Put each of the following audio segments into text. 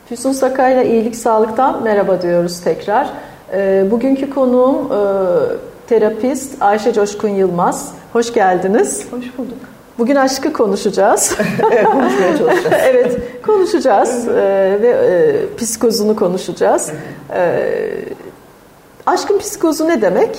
Füsun Sakay'la İyilik Sağlık'tan merhaba diyoruz tekrar. Bugünkü konuğum terapist Ayşe Coşkun Yılmaz. Hoş geldiniz. Hoş bulduk. Bugün aşkı konuşacağız. Konuşmaya çalışacağız. Evet, konuşacağız ve psikozunu konuşacağız. Aşkın psikozu ne demek?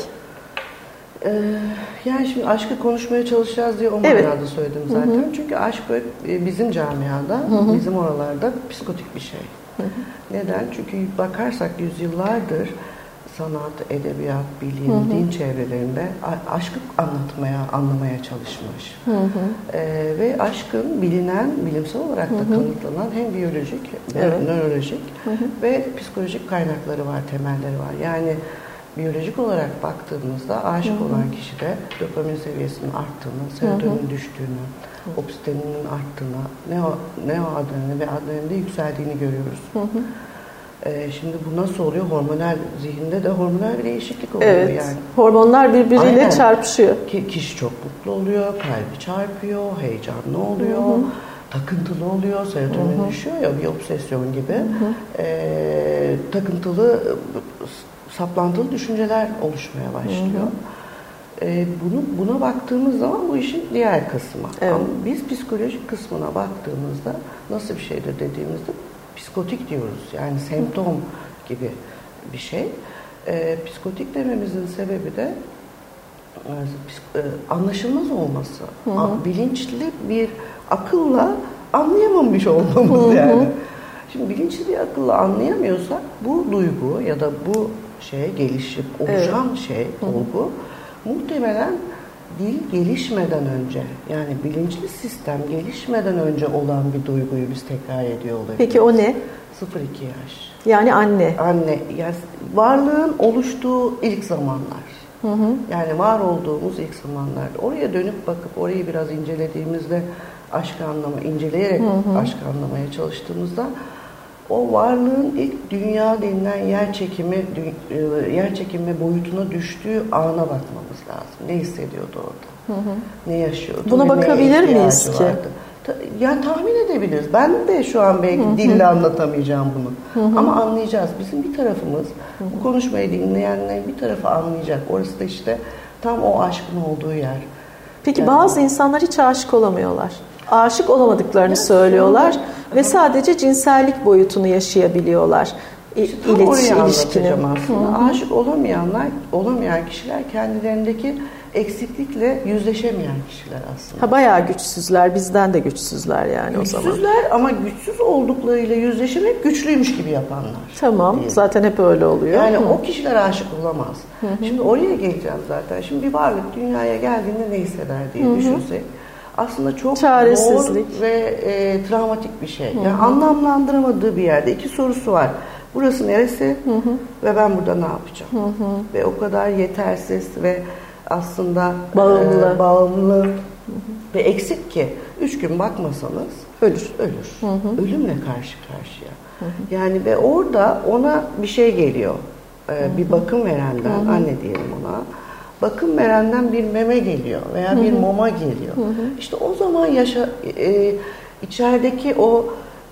Yani şimdi aşkı konuşmaya çalışacağız diye o manada söyledim zaten. Hı-hı. Çünkü aşk bizim camiada, Hı-hı. bizim oralarda psikotik bir şey. Hı-hı. Neden? Çünkü bakarsak yüzyıllardır sanat, edebiyat, bilim, Hı-hı. din çevrelerinde aşkı anlamaya çalışmış. Ve aşkın bilimsel olarak da Hı-hı. kanıtlanan hem biyolojik, hem nörolojik Hı-hı. ve psikolojik kaynakları var, temelleri var. Yani biyolojik olarak baktığımızda aşık Hı-hı. olan kişide dopamin seviyesinin arttığını, serotonin düştüğünü, oksijeninin arttığını, neoadrenalin ve adrenalin yükseldiğini görüyoruz. Hı-hı. Şimdi bu nasıl oluyor? Hormonal zihinde de hormonal bir değişiklik oluyor yani. Hormonlar birbiriyle çarpışıyor. Kişi çok mutlu oluyor, kalbi çarpıyor, heyecanlı oluyor, Hı-hı. takıntılı oluyor, serotonin düşüyor ya bir obsesyon gibi. Takıntılı, saplantılı düşünceler oluşmaya başlıyor. Buna baktığımız zaman bu işin diğer kısmı. Evet. Ama biz psikolojik kısmına baktığımızda nasıl bir şeydir dediğimizde psikotik diyoruz. Yani semptom gibi bir şey. Psikotik dememizin sebebi de anlaşılmaz olması. Hı-hı. Bilinçli bir akılla anlayamamış olmamız yani. Şimdi bilinçli bir akılla anlayamıyorsak bu duygu ya da bu gelişip oluşan olgu muhtemelen dil gelişmeden önce yani bilinçli sistem gelişmeden önce olan bir duyguyu biz tekrar ediyor oluyoruz. Peki o ne? 0-2 yaş. Yani anne. Anne. Yani varlığın oluştuğu ilk zamanlar. Hı-hı. Yani var olduğumuz ilk zamanlar. Oraya dönüp bakıp orayı biraz incelediğimizde inceleyerek Hı-hı. aşkı anlamaya çalıştığımızda o varlığın ilk dünya denilen yer çekimi boyutuna düştüğü ana bakmamız lazım. Ne hissediyordu orada? Hı hı. Ne yaşıyordu? Buna bakabilir miyiz ki? Yani tahmin edebiliriz. Ben de şu an belki dille anlatamayacağım bunu. Hı hı. Ama anlayacağız. Bizim bir tarafımız, bu konuşmayı dinleyenlerin bir tarafı anlayacak. Orası da işte tam o aşkın olduğu yer. Peki bazı insanlar hiç aşık olamıyorlar. Aşık olamadıklarını söylüyorlar ve sadece cinsellik boyutunu yaşayabiliyorlar. İlişkinin. Aslında. Aşık olamayan kişiler kendilerindeki eksiklikle yüzleşemeyen kişiler aslında. Bayağı güçsüzler, bizden de güçsüzler yani o zaman. Güçsüzler ama güçsüz olduklarıyla yüzleşemek güçlüymüş gibi yapanlar. Tamam, zaten hep öyle oluyor. Yani o kişiler aşık olamaz. Şimdi oraya geleceğim zaten. Şimdi bir varlık dünyaya geldiğinde ne hisseder diye düşünsek. Aslında çok zor ve travmatik bir şey. Yani anlamlandıramadığı bir yerde. 2 sorusu var. Burası neresi ve ben burada ne yapacağım? Ve o kadar yetersiz ve aslında bağımlı ve eksik ki 3 gün bakmasanız ölür. Ölümle karşı karşıya. Yani ve orada ona bir şey geliyor. Bir bakım verenden, anne diyelim ona. Bakım verenden bir meme geliyor veya bir mama geliyor. İşte o zaman içerideki o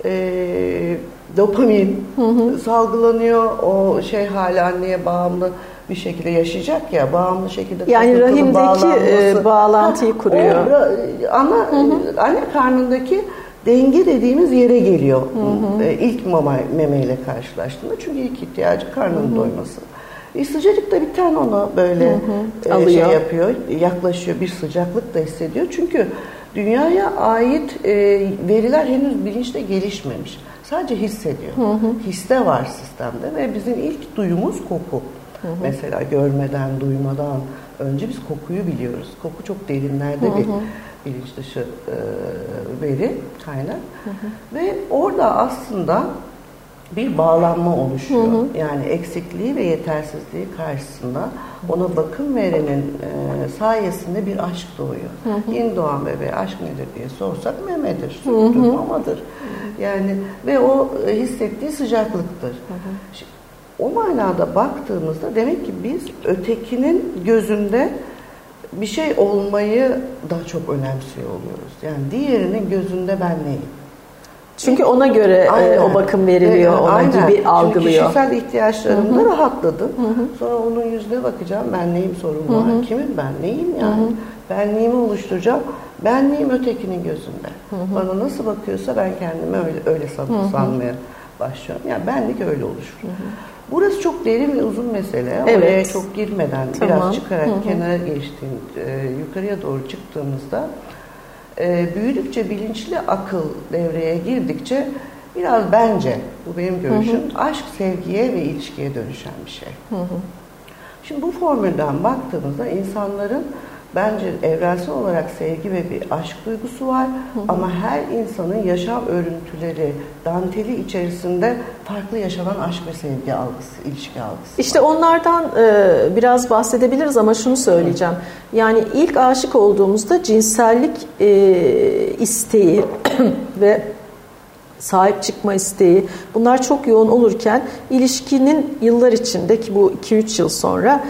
dopamin salgılanıyor. O hala anneye bağımlı bir şekilde yaşayacak ya, bağımlı şekilde yani rahimdeki bağlantıyı kuruyor. Anne karnındaki denge dediğimiz yere geliyor. İlk memeyle karşılaştığında. Çünkü ilk ihtiyacı karnının doyması. Sıcacık da bir tane onu böyle yapıyor, yaklaşıyor, bir sıcaklık da hissediyor. Çünkü dünyaya ait veriler henüz bilinçte gelişmemiş. Sadece hissediyor. Histe var sistemde ve bizim ilk duyumuz koku. Mesela görmeden, duymadan önce biz kokuyu biliyoruz. Koku çok derinlerde bir bilinç dışı veri, kaynak. Ve orada aslında bir bağlanma oluşuyor. Yani eksikliği ve yetersizliği karşısında ona bakım verenin sayesinde bir aşk doğuyor. Yeni doğan bebeğe aşk nedir diye sorsak memedir, süttür, mamadır. Yani ve o hissettiği sıcaklıktır. Şimdi, o manada baktığımızda demek ki biz ötekinin gözünde bir şey olmayı daha çok önemsiyor oluyoruz. Yani diğerinin gözünde ben neyim? Çünkü ona göre o bakım veriliyor, ona gibi algılıyor. Çünkü kişisel ihtiyaçlarımda rahatladım. Sonra onun yüzüne bakacağım. Ben neyim, sorun var. Kimim ben, neyim yani? Benliğimi oluşturacağım. Benliğim ötekinin gözünde. Bana nasıl bakıyorsa ben kendimi öyle sanmaya başlıyorum. Yani benlik öyle oluşur. Burası çok derin ve uzun mesele. Evet. Oraya çok girmeden biraz çıkarak kenara yukarıya doğru çıktığımızda büyüdükçe bilinçli akıl devreye girdikçe biraz bence, bu benim görüşüm, aşk sevgiye ve ilişkiye dönüşen bir şey. Şimdi bu formülden baktığımızda insanların bence evrensel olarak sevgi ve bir aşk duygusu var ama her insanın yaşam örüntüleri, danteli içerisinde farklı yaşanan aşk ve sevgi algısı, ilişki algısı İşte var. onlardan biraz bahsedebiliriz ama şunu söyleyeceğim. Yani ilk aşık olduğumuzda cinsellik isteği ve sahip çıkma isteği, bunlar çok yoğun olurken ilişkinin yıllar içinde, ki bu 2-3 yıl sonra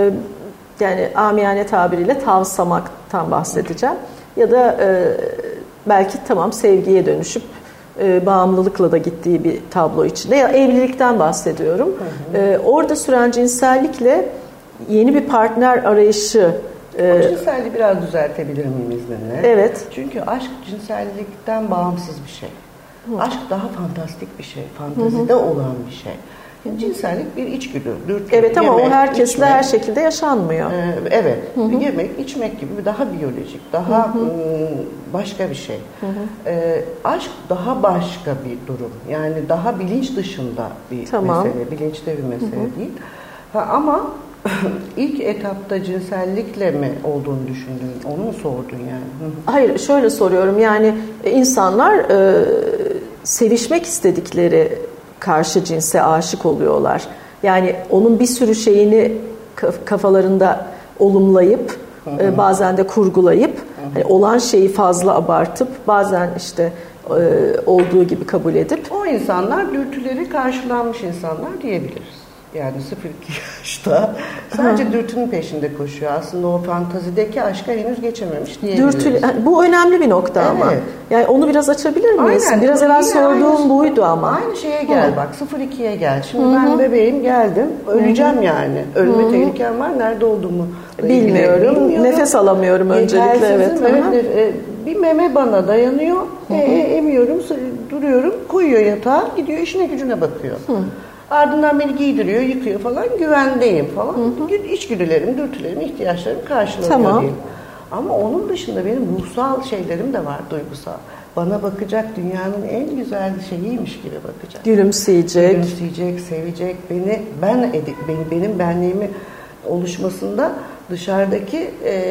yani amiyane tabiriyle tavsamaktan bahsedeceğim. Ya da belki tamam sevgiye dönüşüp bağımlılıkla da gittiği bir tablo içinde. Ya evlilikten bahsediyorum. Orada süren cinsellikle yeni bir partner arayışı. O cinselliği biraz düzeltebilir miyim izninle? Evet. Çünkü aşk cinsellikten bağımsız bir şey. Aşk daha fantastik bir şey. Fantazide olan bir şey. Yani cinsellik bir içgüdü, dürtü. Evet ama yemek, o herkesle içmek, her şekilde yaşanmıyor. Evet. Yemek, içmek gibi daha biyolojik, daha başka bir şey. Aşk daha başka bir durum. Yani daha bilinç dışında bir mesele. Bilinçte bir mesele değil. Ama ilk etapta cinsellikle mi olduğunu düşündün? Onu mu sordun yani? Hayır, şöyle soruyorum. Yani insanlar sevişmek istedikleri karşı cinse aşık oluyorlar. Yani onun bir sürü şeyini kafalarında olumlayıp bazen de kurgulayıp hani olan şeyi fazla abartıp bazen işte olduğu gibi kabul edip. O insanlar dürtüleri karşılanmış insanlar diyebiliriz. Yani 0-2 yaşta sadece dürtünün peşinde koşuyor. Aslında o fantazideki aşka henüz geçememiş diyebiliriz. Bu önemli bir nokta ama. Yani onu biraz açabilir miyiz? Aynen. Biraz evvel sorduğum buydu ama. Aynı şeye gel bak. 0-2'ye gel. Şimdi ben bebeğim, geldim. Öleceğim yani. Ölme tehlikem var. Nerede olduğumu bilmiyorum. Nefes alamıyorum öncelikle. Evet. Bir meme bana dayanıyor. Emiyorum, duruyorum. Koyuyor yatağa. Gidiyor işine gücüne bakıyor. Ardından beni giydiriyor, yıkıyor falan. Güvendeyim falan. İçgüdülerim, dürtülerim, ihtiyaçlarım karşılanıyor diyelim. Ama onun dışında benim ruhsal şeylerim de var, duygusal. Bana bakacak, dünyanın en güzel şeyiymiş gibi bakacak. Gülümseyecek, sevecek, benim benliğimi oluşmasında dışarıdaki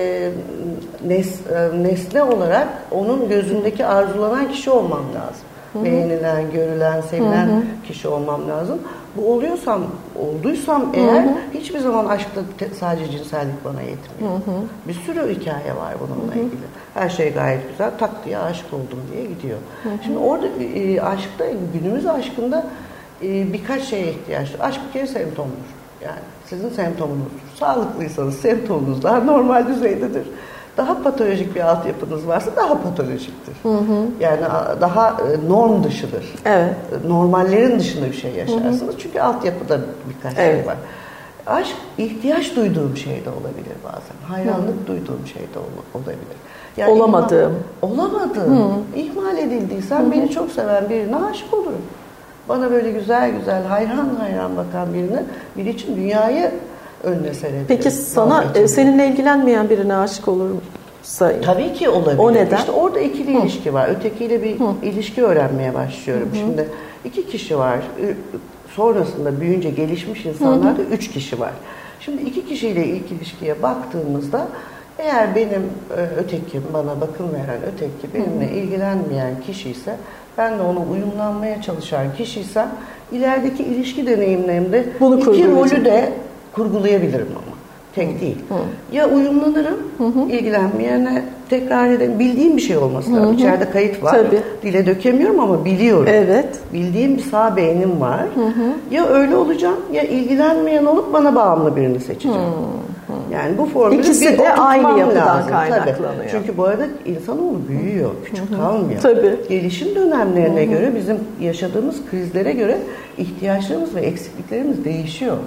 nesne olarak onun gözündeki arzulanan kişi olmam lazım. Beğenilen, görülen, sevilen kişi olmam lazım. Bu olduysam eğer hiçbir zaman aşkta sadece cinsellik bana yetmiyor. Bir sürü hikaye var bununla ilgili. Her şey gayet güzel, tak diye aşık oldum diye gidiyor. Şimdi orada aşkta, günümüz aşkında birkaç şeye ihtiyaç var. Aşk bir kere semptomdur. Yani sizin semptomunuzdur. Sağlıklıysanız semptomunuz daha normal düzeydedir. Daha patolojik bir altyapınız varsa daha patolojiktir. Yani daha norm dışıdır. Evet. Normallerin dışında bir şey yaşarsınız. Çünkü altyapıda birkaç şey var. Aşk ihtiyaç duyduğum şey de olabilir bazen. Hayranlık duyduğum şey de olabilir. Yani olamadığım, ihmal edildiysem beni çok seven birine aşık olurum. Bana böyle güzel hayran bakan biri için dünyayı önüne serebilirim. Peki sana seninle ilgilenmeyen birine aşık olursa? Tabii ki olabilir. O neden? İşte orada ikili ilişki var. Ötekiyle bir ilişki öğrenmeye başlıyorum. Şimdi 2 kişi var. Sonrasında büyüyünce gelişmiş insanlarda 3 kişi var. Şimdi 2 kişiyle ilk ilişkiye baktığımızda eğer benim ötekim, bana bakım veren öteki benimle ilgilenmeyen kişi ise, ben de ona uyumlanmaya çalışan kişiysem ilerideki ilişki deneyimlerimde iki rolü de kurgulayabilirim ama. Tek değil. Ya uyumlanırım, ilgilenmeyene tekrar ederim. Bildiğim bir şey olması lazım. İçeride kayıt var. Tabii. Dile dökemiyorum ama biliyorum. Evet. Bildiğim bir sağ beynim var. Ya öyle olacağım ya ilgilenmeyen olup bana bağımlı birini seçeceğim. Yani bu formülü İkisi de aynı yapıdan lazım. kaynaklanıyor. Tabii. Çünkü bu arada insanoğlu büyüyor, küçük kalmıyor. Tabii. Gelişim dönemlerine göre, bizim yaşadığımız krizlere göre ihtiyaçlarımız ve eksikliklerimiz değişiyor.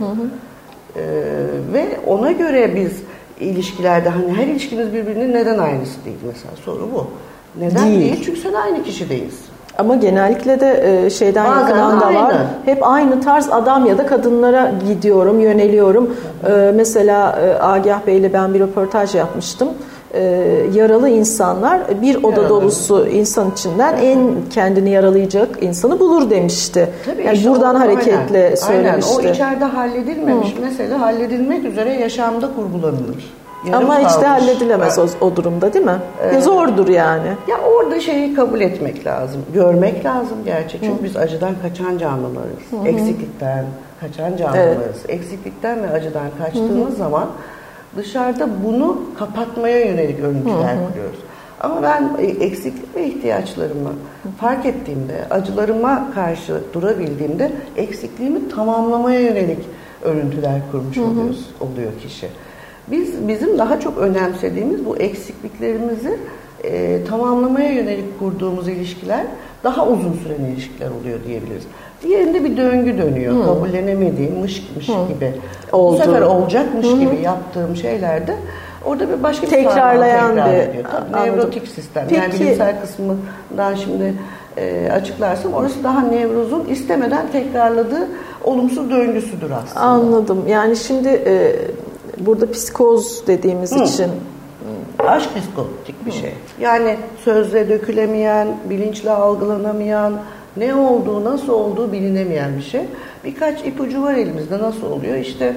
Ve ona göre biz ilişkilerde, hani her ilişkimiz birbirinin neden aynısı değil mesela, soru bu. Neden değil? Çünkü sen aynı kişi değilsin. Ama genellikle de şeyden yakınan da var. Hep aynı tarz adam ya da kadınlara gidiyorum, yöneliyorum. Mesela Agah Bey'le ben bir röportaj yapmıştım. Yaralı insanlar bir oda dolusu insan içinden en kendini yaralayacak insanı bulur demişti. Tabii yani işte buradan hareketle söylemişti. Aynen. O içeride halledilmemiş mesele halledilmek üzere yaşamda kurgulanılır. Ama işte halledilemez o durumda, değil mi? Zordur yani. Ya orada şeyi kabul etmek lazım. Görmek lazım gerçek. Çünkü biz acıdan kaçan canlılarız. Eksiklikten kaçan canlılarız. Evet. Eksiklikten ve acıdan kaçtığımız zaman dışarıda bunu kapatmaya yönelik örüntüler kuruyoruz. Ama ben eksiklik ve ihtiyaçlarımı fark ettiğimde, acılarıma karşı durabildiğimde eksikliğimi tamamlamaya yönelik örüntüler kurmuş oluyor kişi. Bizim daha çok önemsediğimiz bu eksikliklerimizi tamamlamaya yönelik kurduğumuz ilişkiler daha uzun süren ilişkiler oluyor diyebiliriz. Diğerinde bir döngü dönüyor. Kabullenemediğimmiş gibi. Oldu. Bu sefer olacakmış gibi yaptığım şeylerde orada bir başka bir tekrarlayan tekrar bir ediyor. Tabii nevrotik sistem. Peki, yani bilimsel kısmından şimdi açıklarsam orası daha nevrozun istemeden tekrarladığı olumsuz döngüsüdür aslında. Anladım. Yani şimdi burada psikoz dediğimiz için aşk psikotik bir şey. Yani sözle dökülemeyen, bilinçle algılanamayan, ne olduğu, nasıl olduğu bilinemeyen bir şey. Birkaç ipucu var elimizde. Nasıl oluyor? İşte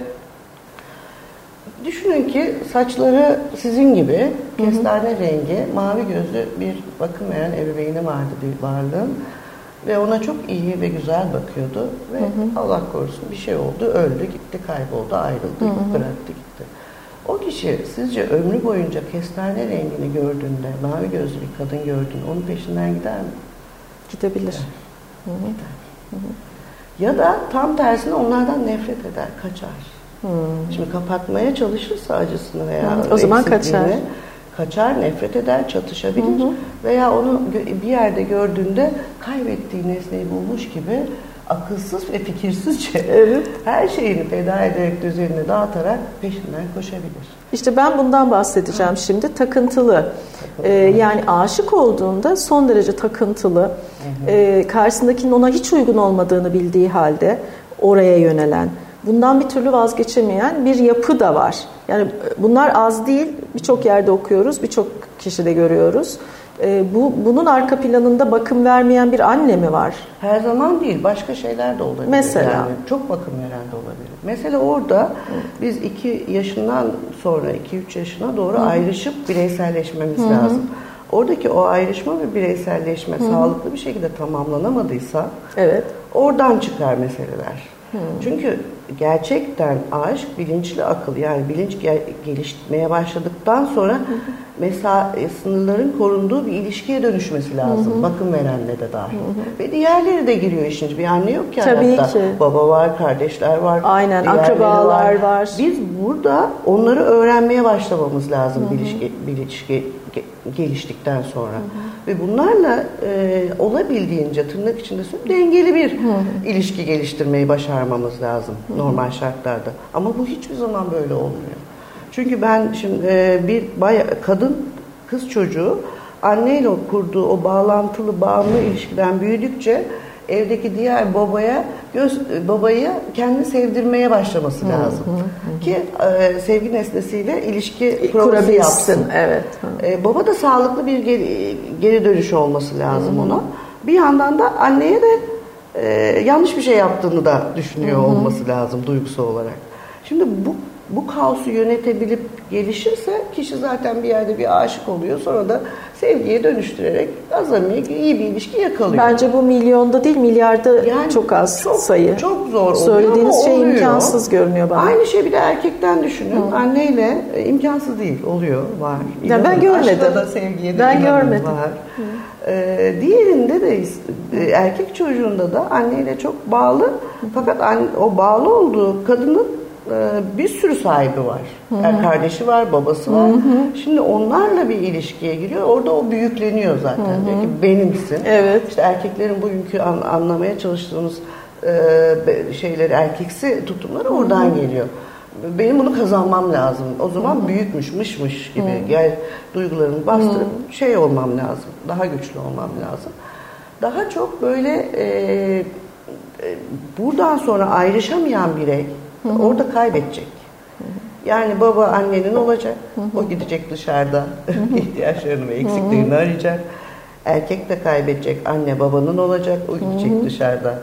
düşünün ki saçları sizin gibi kestane rengi, mavi gözlü bir bakım veren ebeveyni vardı bir varlığın. Ve ona çok iyi ve güzel bakıyordu. Ve Allah korusun bir şey oldu, öldü, gitti, kayboldu, ayrıldı, bıraktı, gitti. O kişi sizce ömrü boyunca kestane rengini gördüğünde, mavi gözlü bir kadın gördüğünde onun peşinden gider mi? Gidebilir. Gider. Ya da tam tersine onlardan nefret eder, kaçar. Şimdi kapatmaya çalışırsa acısını veya o zaman kaçar, nefret eder, çatışabilir. Veya onu bir yerde gördüğünde kaybettiği nesneyi bulmuş gibi akılsız ve fikirsizce her şeyini feda ederek, üzerine dağıtarak peşinden koşabilir. İşte ben bundan bahsedeceğim şimdi. Takıntılı. Yani aşık olduğunda son derece takıntılı. Karşısındakinin ona hiç uygun olmadığını bildiği halde oraya yönelen, bundan bir türlü vazgeçemeyen bir yapı da var. Yani bunlar az değil. Birçok yerde okuyoruz, birçok kişide görüyoruz. Bunun arka planında bakım vermeyen bir anne mi var? Her zaman değil, başka şeyler de olabilir. Mesela? Yani çok bakım veren de olabilir. Mesela orada biz 2 yaşından sonra, 2-3 yaşına doğru ayrışıp bireyselleşmemiz lazım. Oradaki o ayrışma ve bireyselleşme sağlıklı bir şekilde tamamlanamadıysa oradan çıkar meseleler. Çünkü gerçekten aşk, bilinçli akıl, yani bilinç gelişmeye başladıktan sonra sınırların korunduğu bir ilişkiye dönüşmesi lazım. Bakım verenle de dahil. Ve diğerleri de giriyor işin. Bir anne yok ki hayatta. Ki. Baba var, kardeşler var. Aynen, akrabalar var. Biz burada onları öğrenmeye başlamamız lazım ilişki geliştikten sonra. Ve bunlarla olabildiğince tırnak içinde dengeli bir ilişki geliştirmeyi başarmamız lazım normal şartlarda. Ama bu hiçbir zaman böyle olmuyor. Çünkü ben şimdi bir kız çocuğu anneyle kurduğu o bağlantılı, bağımlı ilişkiden büyüdükçe evdeki diğer babayı kendini sevdirmeye başlaması lazım. Ki sevgi nesnesiyle ilişki provası yapsın. Evet. Baba da sağlıklı bir geri dönüş olması lazım ona. Bir yandan da anneye de yanlış bir şey yaptığını da düşünüyor olması lazım duygusal olarak. Şimdi bu kaosu yönetebilip gelişirse kişi zaten bir yerde bir aşık oluyor. Sonra da sevgiye dönüştürerek azami, iyi bir ilişki yakalıyor. Bence bu milyonda değil, milyarda yani çok az sayı. Çok zor oluyor. Söylediğiniz şey oluyor. İmkansız görünüyor bana. Aynı şey bir de erkekten düşünün. Anneyle imkansız değil. Oluyor. Var. Ya ben görmedim. Aşkta da sevgiye de ben görmedim. Var. Diğerinde de erkek çocuğunda da anneyle çok bağlı. Fakat o bağlı olduğu kadının bir sürü sahibi var. Yani kardeşi var, babası var. Şimdi onlarla bir ilişkiye giriyor. Orada o büyükleniyor zaten. Diyor ki benimsin. Evet. İşte erkeklerin bugünkü anlamaya çalıştığımız şeyleri, erkeksi tutumları oradan geliyor. Benim bunu kazanmam lazım. O zaman büyükmüş, mışmış gibi gel duygularımı bastırıp şey olmam lazım. Daha güçlü olmam lazım. Daha çok böyle buradan sonra ayrışamayan birey orada kaybedecek. Yani baba annenin olacak. O gidecek dışarıda ihtiyaçlarını ve eksiklerini arayacak. Erkek de kaybedecek. Anne babanın olacak. O gidecek dışarıda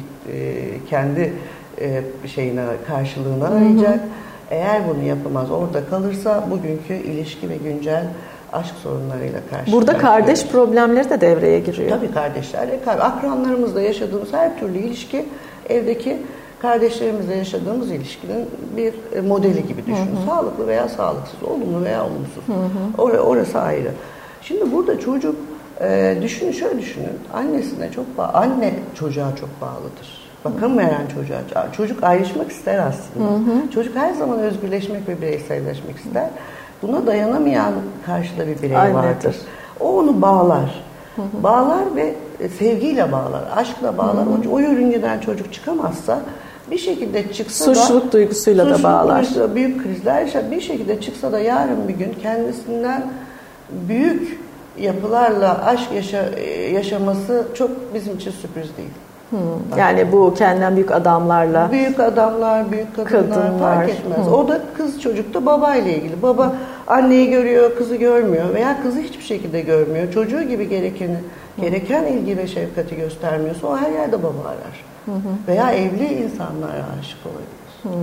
kendi şeyine, karşılığını arayacak. Eğer bunu yapamaz, orada kalırsa bugünkü ilişki ve güncel aşk sorunlarıyla karşılaşıyoruz. Burada kardeş problemleri de devreye giriyor. Tabii kardeşlerle, akranlarımızla yaşadığımız her türlü ilişki, evdeki kardeşlerimizle yaşadığımız ilişkinin bir modeli gibi düşünün. Sağlıklı veya sağlıksız, olumlu veya olumsuz. Orası ayrı. Şimdi burada çocuk, şöyle düşünün, annesine çok bağlı, anne çocuğa çok bağlıdır. Bakım veren çocuğa. Çocuk ayrışmak ister aslında. Çocuk her zaman özgürleşmek ve bireyselleşmek ister. Buna dayanamayan karşıda bir birey vardır. O onu bağlar. Bağlar ve sevgiyle bağlar, aşkla bağlar. O yörüngeden çocuk çıkamazsa bir şekilde çıksa suçluluk duygusuyla da bağlar. Büyük krizler yaşar. Bir şekilde çıksa da yarın bir gün kendisinden büyük yapılarla aşk yaşaması çok bizim için sürpriz değil. Yani bu kendinden büyük adamlarla. Büyük adamlar, büyük kadınlar fark etmez. O da kız çocukta babayla ilgili. Baba anneyi görüyor, kızı görmüyor veya kızı hiçbir şekilde görmüyor. Çocuğu gibi gereken ilgi ve şefkati göstermiyorsa o her yerde baba arar. Veya evli insanlara aşık olabilir.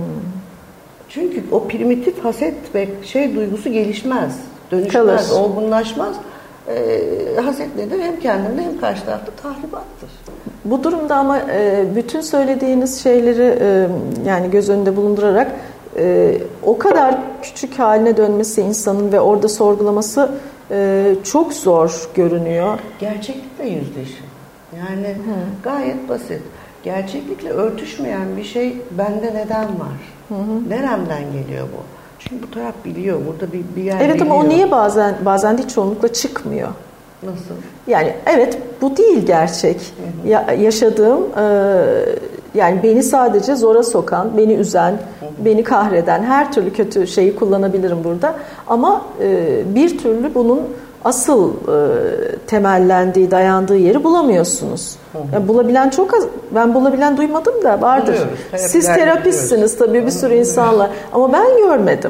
Çünkü o primitif haset ve duygusu gelişmez, dönüşmez, olgunlaşmaz. Haset nedir? Hem kendinde hem karşı tarafta tahribattır. Bu durumda ama bütün söylediğiniz şeyleri yani göz önünde bulundurarak o kadar küçük haline dönmesi insanın ve orada sorgulaması çok zor görünüyor. Gerçeklikle yüzleşin. Yani gayet basit. Gerçeklikle örtüşmeyen bir şey bende neden var? Neremden geliyor bu? Çünkü bu taraf biliyor. Burada bir yer evet biliyor. Ama o niye bazen değil çoğunlukla çıkmıyor? Nasıl? Yani evet bu değil gerçek. Yaşadığım yani beni sadece zora sokan, beni üzen, beni kahreden her türlü kötü şeyi kullanabilirim burada. Ama bir türlü bunun asıl temellendiği, dayandığı yeri bulamıyorsunuz. Yani bulabilen çok az. Ben bulabilen duymadım da vardır. Siz terapistsiniz tabii bir sürü insanla. Ama ben görmedim.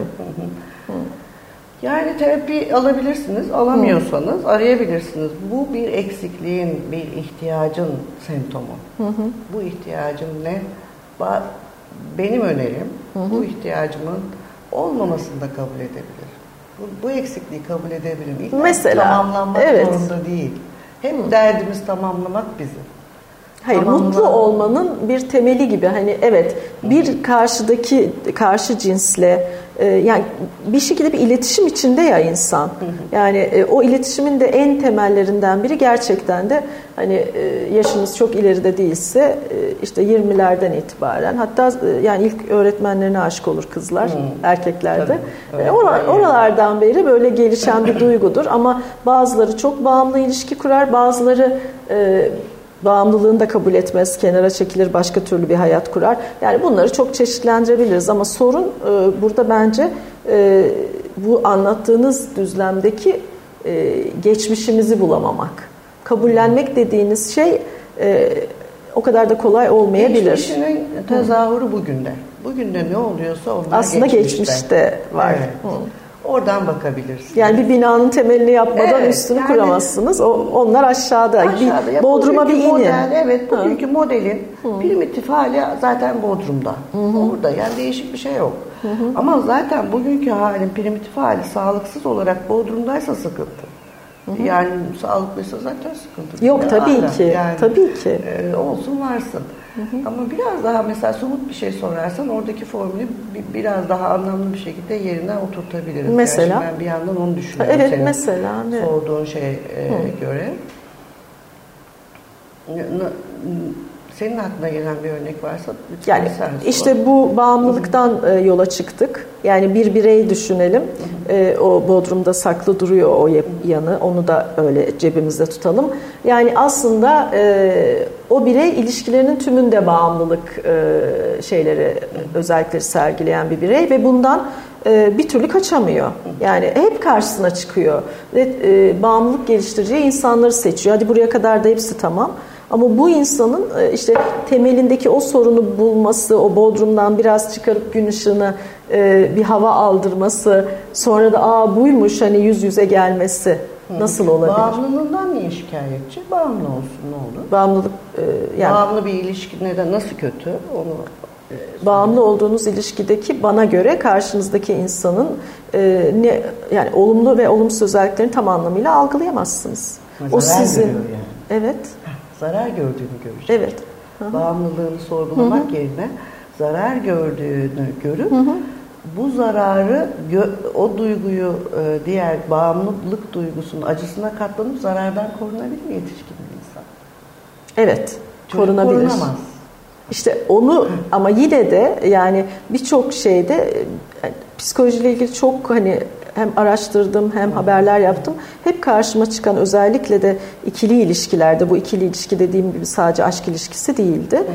Yani terapi alabilirsiniz, alamıyorsanız arayabilirsiniz. Bu bir eksikliğin, bir ihtiyacın semptomu. Bu ihtiyacım ne? Benim önerim bu ihtiyacımın olmamasını da kabul edebilirim. Bu eksikliği kabul edebilirim. Mesela, tamamlanmak zorunda değil. Hep derdimiz tamamlamak bizim. Hayır, mutlu olmanın bir temeli gibi. Hani evet, bir karşı cinsle yani bir şekilde bir iletişim içinde ya insan. Yani o iletişimin de en temellerinden biri gerçekten de hani yaşınız çok ileride değilse işte 20'lerden itibaren hatta yani ilk öğretmenlerine aşık olur kızlar, erkeklerde. Oralardan beri böyle gelişen bir duygudur ama bazıları çok bağımlı ilişki kurar, bazıları bağımlılığını da kabul etmez, kenara çekilir, başka türlü bir hayat kurar. Yani bunları çok çeşitlendirebiliriz ama sorun burada bence bu anlattığınız düzlemdeki geçmişimizi bulamamak. Kabullenmek dediğiniz şey o kadar da kolay olmayabilir. Geçmişinin tezahürü bugünde. Bugünde ne oluyorsa onlar aslında geçmişte var. Evet. Oradan bakabilirsiniz. Yani bir binanın temelini yapmadan üstünü kuramazsınız. Onlar aşağıda. Bir Bodrum'a bir inin. Evet, bugünkü modelin primitif hali zaten Bodrum'da. Orada yani değişik bir şey yok. Ama zaten bugünkü halin primitif hali sağlıksız olarak Bodrum'daysa sıkıntı. Yani sağlıklıysa zaten sıkıntı. Yok tabii ki. Yani, tabii ki. Olsun varsın. Ama biraz daha mesela somut bir şey sorarsan oradaki formülü biraz daha anlamlı bir şekilde yerinden oturtabiliriz. Mesela? Yani ben bir yandan onu düşünüyorum. Evet senin mesela. sorduğun şeye göre. Senin aklına gelen bir örnek varsa lütfen Yani sen sor. işte bu bağımlılıktan yola çıktık. Yani bir birey düşünelim. O bodrumda saklı duruyor o yanı. Onu da öyle cebimizde tutalım. Yani aslında o birey ilişkilerinin tümünde bağımlılık özellikleri sergileyen bir birey ve bundan bir türlü kaçamıyor. Yani hep karşısına çıkıyor. Ve bağımlılık geliştireceği insanları seçiyor. Hadi buraya kadar da hepsi tamam. Ama bu insanın işte temelindeki o sorunu bulması, o bodrumdan biraz çıkarıp gün ışığına bir hava aldırması, sonra da buymuş hani yüz yüze gelmesi nasıl olabilir? Bağımlılığından niye şikayetçi? Bağımlı olsun ne olur? Bağımlılık yani bağımlı bir ilişki neden nasıl kötü? Onu bağımlı olduğunuz ilişkideki bana göre karşınızdaki insanın yani olumlu ve olumsuz özelliklerini tam anlamıyla algılayamazsınız. O sizin yani. Evet. Zarar gördüğünü görecek. Evet. Bağımlılığını sorgulamak yerine zarar gördüğünü görüp bu zararı o duyguyu diğer bağımlılık duygusunun acısına katlanıp zarardan korunabilir mi yetişkin bir insan? Evet. Çocuk korunabilir. Korunamaz. İşte onu ama yine de yani birçok şeyde psikolojiyle ilgili çok hani hem araştırdım hem haberler yaptım. Hep karşıma çıkan özellikle de ikili ilişkilerde, bu ikili ilişki dediğim gibi sadece aşk ilişkisi değildi.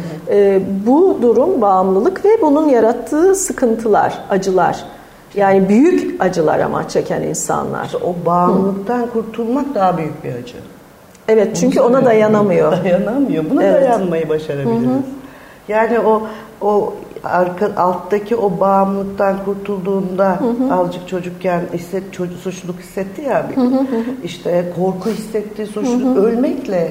Bu durum bağımlılık ve bunun yarattığı sıkıntılar, acılar. Yani büyük acılar ama çeken insanlar. İşte o bağımlılıktan kurtulmak daha büyük bir acı. Evet, çünkü ona dayanamıyor. Dayanamıyor. Buna dayanmayı başarabiliriz. Yani o alttaki o bağımlılıktan kurtulduğunda azıcık çocukken suçluluk hissetti ya işte korku hissetti, suçluluk ölmekle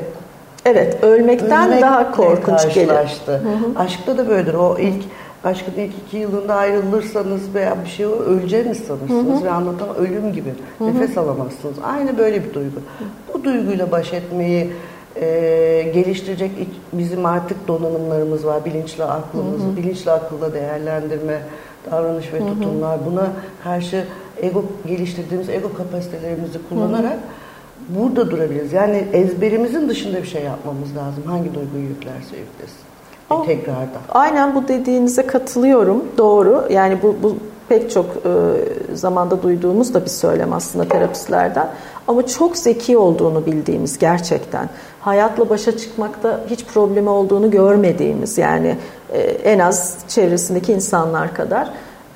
ölmekten daha korkunç gelir. Aşkta da böyledir. O aşkın ilk 2 yılında ayrılırsanız veya bir şey öleceğiniz sanırsınız ve anlatan ölüm gibi nefes alamazsınız. Aynı böyle bir duygu. Bu duyguyla baş etmeyi geliştirecek bizim artık donanımlarımız var. Bilinçli aklımız, bilinçli akılla değerlendirme, davranış ve tutumlar. Buna karşı geliştirdiğimiz ego kapasitelerimizi kullanarak burada durabiliriz. Yani ezberimizin dışında bir şey yapmamız lazım. Hangi duyguyu yüklerse yüklesin. Tekrardan. Aynen bu dediğinize katılıyorum. Doğru. Yani bu pek çok zamanda duyduğumuz da bir söylem aslında terapistlerden. Ama çok zeki olduğunu bildiğimiz gerçekten. Hayatla başa çıkmakta hiç problemi olduğunu görmediğimiz yani en az çevresindeki insanlar kadar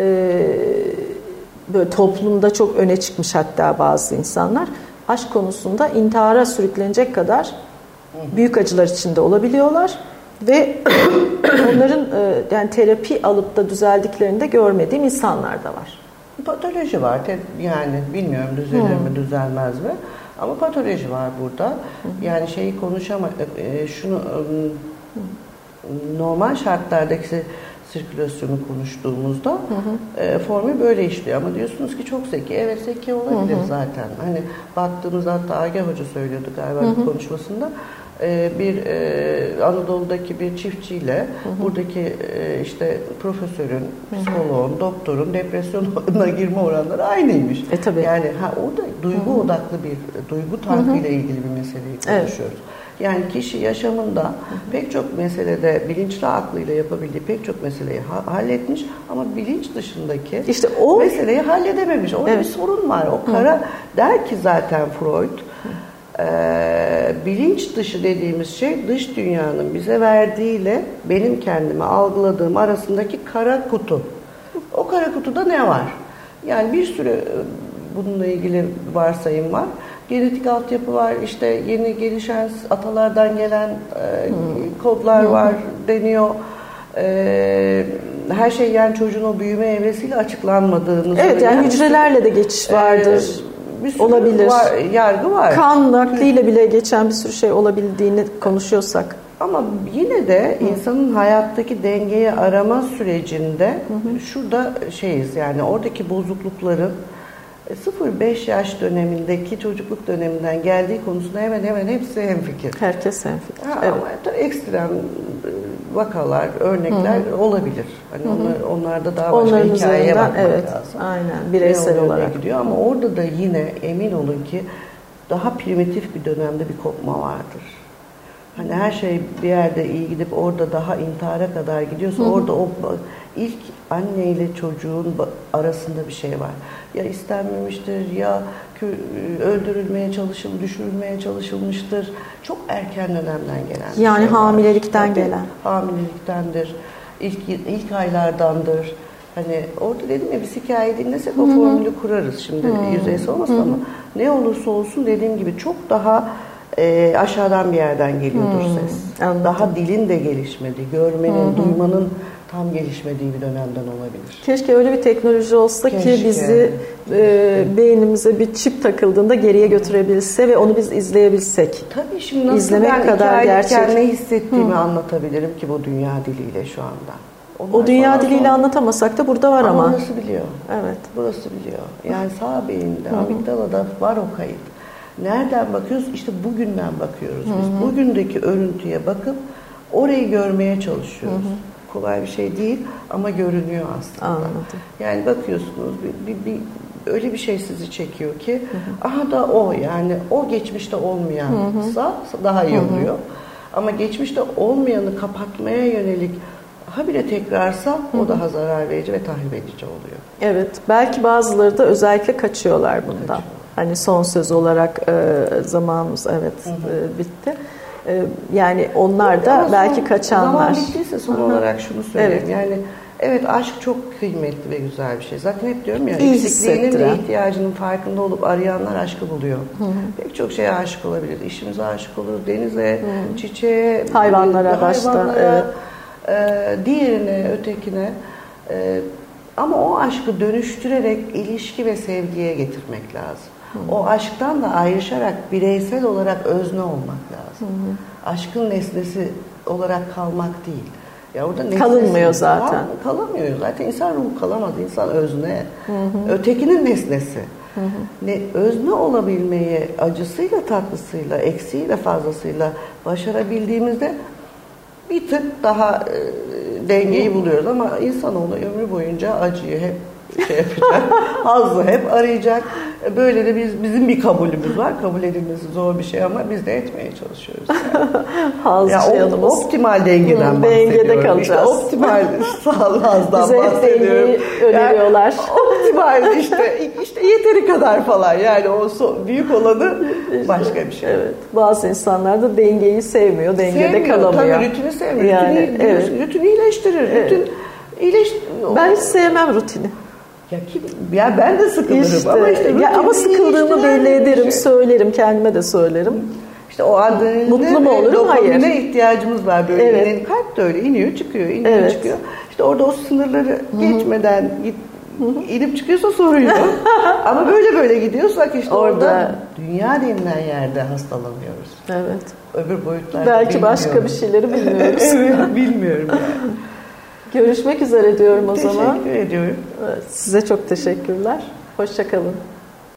böyle toplumda çok öne çıkmış hatta bazı insanlar aşk konusunda intihara sürüklenecek kadar büyük acılar içinde olabiliyorlar. Ve onların yani terapi alıp da düzeldiklerini de görmediğim insanlar da var. Patoloji var. Yani bilmiyorum düzelir mi düzelmez mi. Ama patoloji var burada. Yani şeyi şunu normal şartlardaki sirkülasyonu konuştuğumuzda formül böyle işliyor. Ama diyorsunuz ki çok zeki. Evet zeki olabilir zaten. Hani baktığımızda hatta Agah Hoca söylüyordu galiba bir konuşmasında. Bir Anadolu'daki bir çiftçiyle buradaki işte profesörün, psikoloğun, doktorun depresyona girme oranları aynıymış. Tabii. Yani orada duygu odaklı bir duygu tankıyla ilgili bir meseleyi konuşuyoruz. Yani kişi yaşamında pek çok meselede bilinçli aklıyla yapabildiği pek çok meseleyi halletmiş ama bilinç dışındaki meseleyi halledememiş. Orada bir sorun var. O der ki zaten Freud bilinç dışı dediğimiz şey dış dünyanın bize verdiğiyle benim kendimi algıladığım arasındaki kara kutu. O kara kutuda ne var? Yani bir sürü bununla ilgili varsayım var. Genetik altyapı var, işte yeni gelişen atalardan gelen kodlar var deniyor. Her şey yani çocuğun o büyüme evresiyle açıklanmadığını evet yani hücrelerle de geçiş vardır. Bir sürü olabilir. Yargı var. Kan nakliyle bile geçen bir sürü şey olabildiğini konuşuyorsak. Ama yine de insanın hayattaki dengeyi arama sürecinde şurada yani oradaki bozuklukların 0-5 yaş dönemindeki çocukluk döneminden geldiği konusunda hemen hemen hepsi hemfikir. Herkes hemfikir. Evet. Ama ekstrem vakalar, örnekler olabilir. Hani onlarda daha başka onların hikayeye bakmak lazım. Aynen, bireysel olarak gidiyor ama orada da yine emin olun ki daha primitif bir dönemde bir kopma vardır. Hani her şey bir yerde iyi gidip orada daha intihara kadar gidiyorsa orada o ilk anne ile çocuğun arasında bir şey var. Ya istenmemiştir ya öldürülmeye düşürülmeye çalışılmıştır. Çok erken dönemden gelen. Yani şey hamilelikten var. gelen. Hamileliktendir. İlk aylardandır. Hani orada dedim ya biz hikaye dinlesek o formülü kurarız. Şimdi yüzeysel olmasın ama ne olursa olsun dediğim gibi çok daha aşağıdan bir yerden geliyordur ses. Anladım. Daha dilin de gelişmediği, görmenin, duymanın tam gelişmediği bir dönemden olabilir. Keşke öyle bir teknoloji olsa Keşke. ki bizi beynimize bir çip takıldığında geriye götürebilse ve onu biz izleyebilsek. Tabii şimdi nasıl İzlemek ben kadar gerçek. ne hissettiğimi anlatabilirim ki bu dünya diliyle şu anda. O dünya diliyle anlatamasak da burada var ama. Burası biliyor. Evet. Burası biliyor. Yani sağ beyinde, amigdalada var o kayıt. Nereden bakıyoruz? İşte bugünden bakıyoruz biz. Bugündeki örüntüye bakıp orayı görmeye çalışıyoruz. Kolay bir şey değil ama görünüyor aslında. Anladım. Yani bakıyorsunuz öyle bir şey sizi çekiyor ki aha da o yani o geçmişte olmayansa daha iyi oluyor. Ama geçmişte olmayanı kapatmaya yönelik habire tekrarsa o daha zarar verici ve tahrip edici oluyor. Evet. Belki bazıları da özellikle kaçıyorlar bundan. Hani son söz olarak zamanımız bitti. Yani onlar da belki kaçanlar. Zaman bittiyse son olarak şunu söyleyeyim. Yani evet aşk çok kıymetli ve güzel bir şey. Zaten hep diyorum ya eksikliğinin ve ihtiyacının farkında olup arayanlar aşkı buluyor. Pek çok şeye aşık olabilir. İşimize aşık olur, denize, çiçeğe, hayvanlara başta. Evet. Diğerine, ötekine. Ama o aşkı dönüştürerek ilişki ve sevgiye getirmek lazım. O aşktan da ayrışarak bireysel olarak özne olmak lazım. Aşkın nesnesi olarak kalmak değil. Ya orada kalınmıyor zaten. Kalamıyor zaten. İnsan ruhu kalamaz. İnsan özne. Ötekinin nesnesi. Özne olabilmeyi acısıyla tatlısıyla, eksiğiyle fazlasıyla başarabildiğimizde bir tık daha dengeyi buluyoruz ama insanoğlu ömrü boyunca acıyı hep yapacak, hazzı hep arayacak. Böyle de bizim bir kabulümüz var. Kabul edilmesi zor bir şey ama biz de etmeye çalışıyoruz. Yani. Optimal dengeden bahsediyorum. Dengede kalacağız. İşte optimal sağlık hazdan bahsediyorum. Bize öneriyorlar. Yani, optimal işte yeteri kadar falan. Yani o büyük olanı başka bir şey. Evet. Bazı insanlar da dengeyi sevmiyor. Dengede kalamıyor. Tabii rutini sevmiyor. Yani, rutini iyileştirir. Evet. Ben hiç sevmem rutini. Ya ben de sıkılırım ama sıkıldığımı belli ederim, söylerim, kendime de söylerim. İşte o adrenaline mutlu mu olurum? Dopamine ihtiyacımız var böyle. Evet. Kalp de öyle iniyor, çıkıyor, çıkıyor. İşte orada o sınırları geçmeden inip çıkıyorsa sorun yok. Ama böyle gidiyorsak işte orada dünya denilen yerde hastalanıyoruz. Evet. Öbür boyutlarda belki başka bir şeyleri bilmiyoruz. Evet, bilmiyorum yani. Görüşmek üzere diyorum o zaman. Teşekkür ediyorum. Size çok teşekkürler. Hoşça kalın.